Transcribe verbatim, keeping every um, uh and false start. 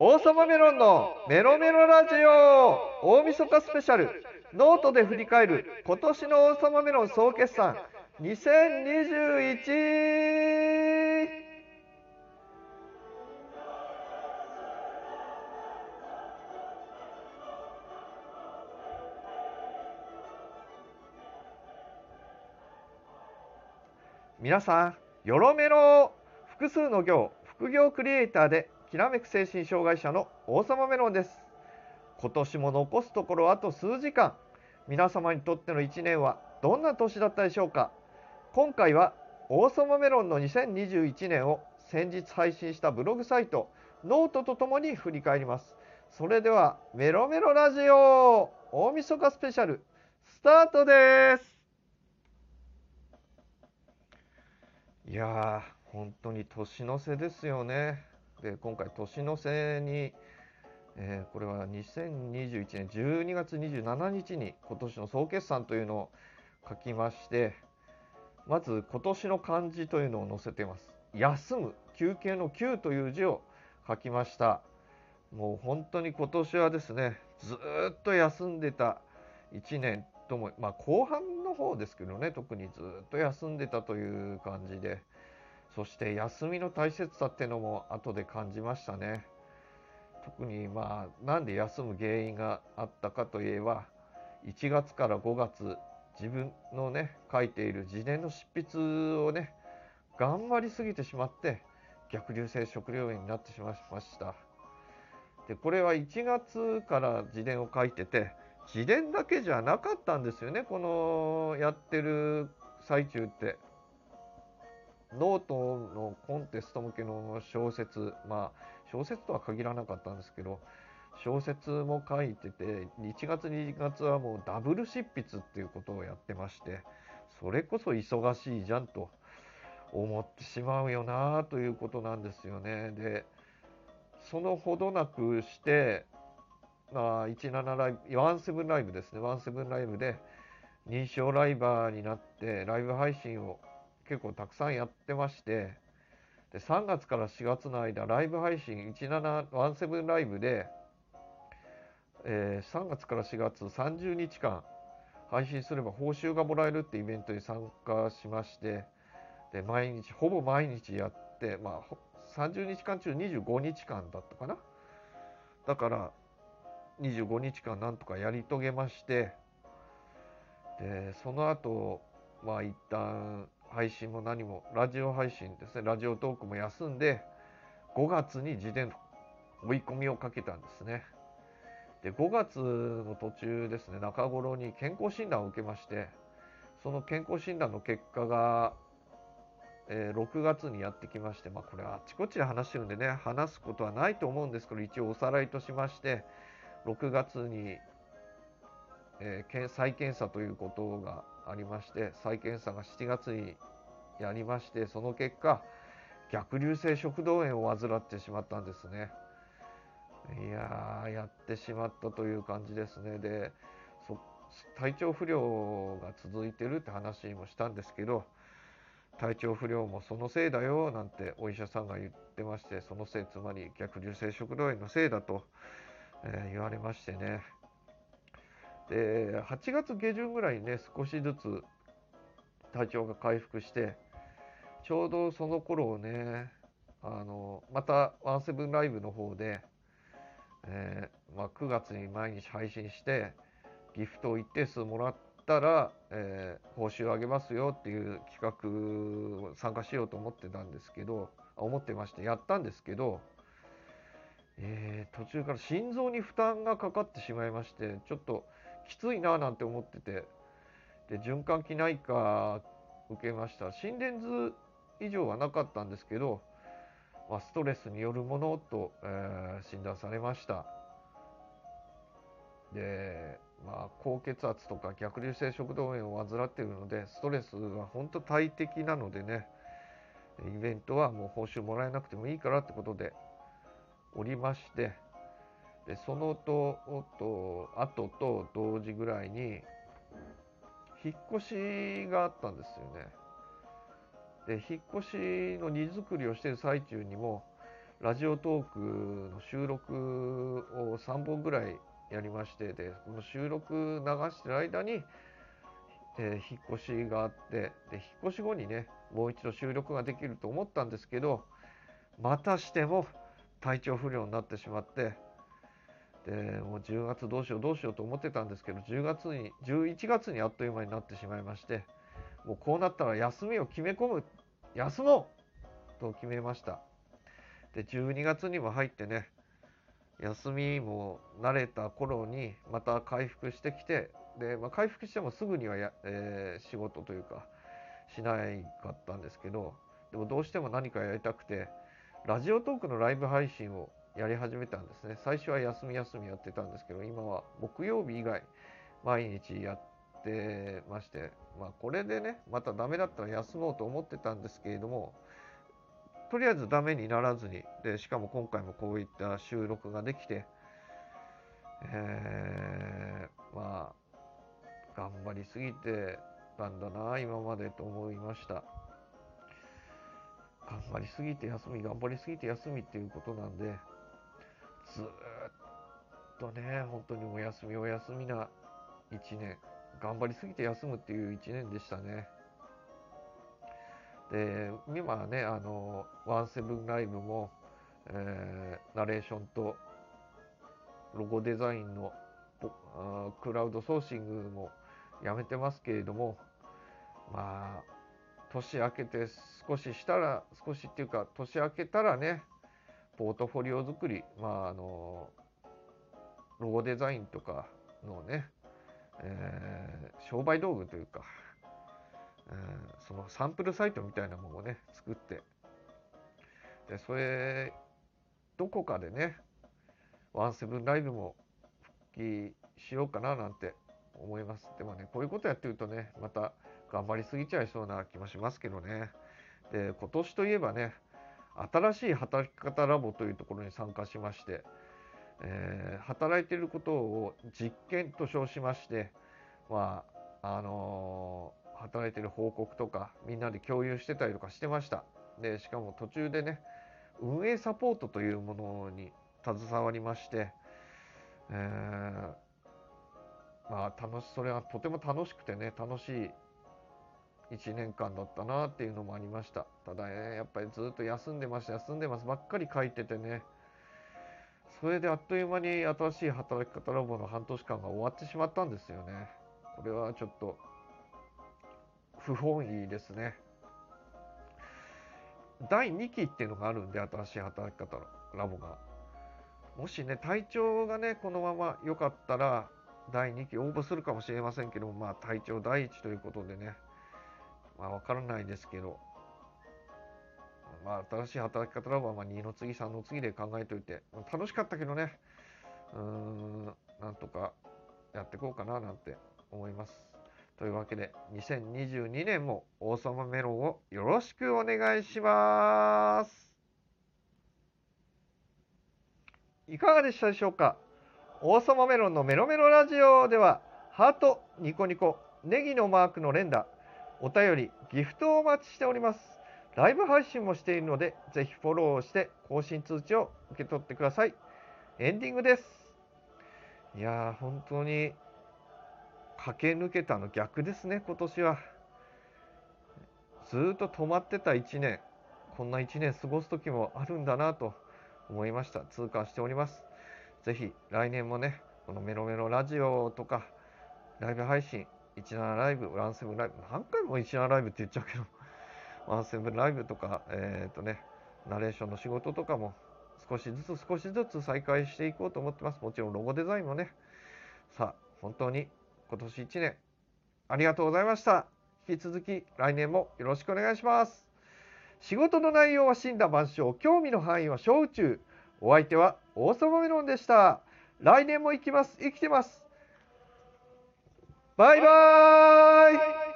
王様メロンのメロメロラジオ大晦日スペシャル。ノートで振り返る今年の王様メロン総決算にせんにじゅういち。皆さんよろメロ。複数の業副業クリエイターできらめく精神障害者の王様メロンです。今年も残すところあと数時間。皆様にとってのいちねんはどんな年だったでしょうか。今回は王様メロンのにせんにじゅういちねんを先日配信したブログサイトノートとともに振り返ります。それではメロメロラジオ大晦日スペシャルスタートです。いやー本当に年の瀬ですよね。で今回年の瀬に、えーこれはにせんにじゅういちねんじゅうにがつにじゅうしちにちに今年の総決算というのを書きまして、まず今年の漢字というのを載せています。休む、休憩の休という字を書きました。もう本当に今年はですね、ずーっと休んでたいちねんとも、まあ後半の方ですけどね、特にずーっと休んでたという感じで、そして休みの大切さっていうのも後で感じましたね。特にまあなんで休む原因があったかといえば、いちがつからごがつ自分のね書いている自伝の執筆をね頑張りすぎてしまって逆流性食道炎になってしまいました。でこれはいちがつから自伝を書いてて、自伝だけじゃなかったんですよね、このやってる最中って。ノートのコンテスト向けの小説、まあ小説とは限らなかったんですけど、小説も書いてて、いちがつにがつはもうダブル執筆っていうことをやってまして、それこそ忙しいじゃんと思ってしまうよなということなんですよね。でそのほどなくして、まあ、じゅうななライブじゅうななライブですね、じゅうななライブで認証ライバーになってライブ配信を結構たくさんやってまして、でさんがつからしがつの間ライブ配信じゅうなな、じゅうななライブで、えーさんがつからしがつさんじゅうにちかん配信すれば報酬がもらえるってイベントに参加しまして、で毎日ほぼ毎日やって、まあ、さんじゅうにちかん中にじゅうごにちかんだったかな。だからにじゅうごにちかんなんとかやり遂げまして、でその後まあ一旦配信も何もラジオ配信ですね、ラジオトークも休んでごがつに自伝の追い込みをかけたんですね。でごがつの途中ですね、中頃に健康診断を受けまして、その健康診断の結果が、えーろくがつにやってきまして、まあこれはあっちこっちで話してるんでね話すことはないと思うんですけど、一応おさらいとしまして、ろくがつに、えー再検査ということがありまして、再検査がしちがつにやりまして、その結果逆流性食道炎を患ってしまったんですね。いやーやってしまったという感じですね。でそ体調不良が続いてるって話もしたんですけど、体調不良もそのせいだよなんてお医者さんが言ってまして、そのせい、つまり逆流性食道炎のせいだと、えー言われましてね。ではちがつ下旬ぐらいにね少しずつ体調が回復して、ちょうどその頃をね、あのまたワンセブンライブの方で、えーまあ、くがつに毎日配信してギフトを一定数もらったら、えー報酬をあげますよっていう企画を参加しようと思ってたんですけど、思ってましてやったんですけど、えー途中から心臓に負担がかかってしまいまして、ちょっときついななんて思ってて、で循環器内科受けました。心電図異常はなかったんですけど、まあ、ストレスによるものと、えー診断されました。で、まあ、高血圧とか逆流性食道炎を患っているので、ストレスは本当大敵なのでね、イベントはもう報酬もらえなくてもいいからってことでおりまして、でそのとと後と同時ぐらいに引っ越しがあったんですよね。で引っ越しの荷造りをしている最中にもラジオトークの収録をさんぼんぐらいやりまして、でこの収録流してる間に、えー、引っ越しがあって、で引っ越し後にねもう一度収録ができると思ったんですけど、またしても体調不良になってしまって、でもうじゅうがつどうしようどうしようと思ってたんですけど、じゅうがつにじゅういちがつにあっという間になってしまいまして、もうこうなったら休みを決め込む、休もうと決めました。でじゅうにがつにも入ってね、休みも慣れた頃にまた回復してきて、で、まあ、回復してもすぐにはや、えー仕事というかしないかったんですけど、でもどうしても何かやりたくてラジオトークのライブ配信をやり始めたんですね。最初は休み休みやってたんですけど、今は木曜日以外毎日やってまして、まあこれでねまたダメだったら休もうと思ってたんですけれども、とりあえずダメにならずに、でしかも今回もこういった収録ができて、えー、まあ頑張りすぎてたんだな今までと思いました。頑張りすぎて休み、頑張りすぎて休みっていうことなんで、ずーっとね本当にお休みお休みないちねん、頑張りすぎて休むっていういちねんでしたね。で今はねあのワンセブンライブも、えーナレーションとロゴデザインのあクラウドソーシングもやめてますけれども、まあ年明けて少ししたら、少しっていうか年明けたらねポートフォリオ作り、まああのロゴデザインとかのね、えー商売道具というか、えーそのサンプルサイトみたいなものをね作って、でそれどこかでねワンセブンライブも復帰しようかななんて思います。でもねこういうことやってるとねまた頑張りすぎちゃいそうな気もしますけどね。で今年といえばね新しい働き方ラボというところに参加しまして、えー働いていることを実験と称しまして、まああのー働いている報告とかみんなで共有してたりとかしてました。でしかも途中でね運営サポートというものに携わりまして、えーまあ楽しそれはとても楽しくてね楽しいいちねんかんだったなっていうのもありました。ただねやっぱりずっと休んでました休んでますばっかり書いててね、それであっという間に新しい働き方ラボの半年間が終わってしまったんですよね。これはちょっと不本意ですね。だいにきっていうのがあるんで、新しい働き方ラボがもしね体調がねこのまま良かったらだいにき応募するかもしれませんけども、まあ体調第一ということでね、まあ分からないですけど、まあ新しい働き方ラボはまあにの次さんの次で考えておいて、楽しかったけどね、うーんなんとかやっていこうかななんて思います。というわけでにせんにじゅうにねんも王様メロンをよろしくお願いします。いかがでしたでしょうか。王様メロンのメロメロラジオではハート、ニコニコ、ネギのマークの連打、お便り、ギフトをお待ちしております。ライブ配信もしているのでぜひフォローして更新通知を受け取ってください。エンディングです。いやー本当に駆け抜けたの逆ですね。今年はずーっと止まってたいちねん、こんないちねん過ごす時もあるんだなと思いました。痛感しております。ぜひ来年もねこのメロメロラジオとかライブ配信じゅうななライブ、ワンセブンライブ、何回もじゅうななライブって言っちゃうけどワンセブンライブとか、えっとねナレーションの仕事とかも少しずつ少しずつ再開していこうと思ってます。もちろんロゴデザインもね。さあ本当に今年いちねんありがとうございました。引き続き来年もよろしくお願いします。仕事の内容は森羅万象、興味の範囲は小宇宙。お相手は王様メロンでした。来年も生きます、生きてます。バイバーイ。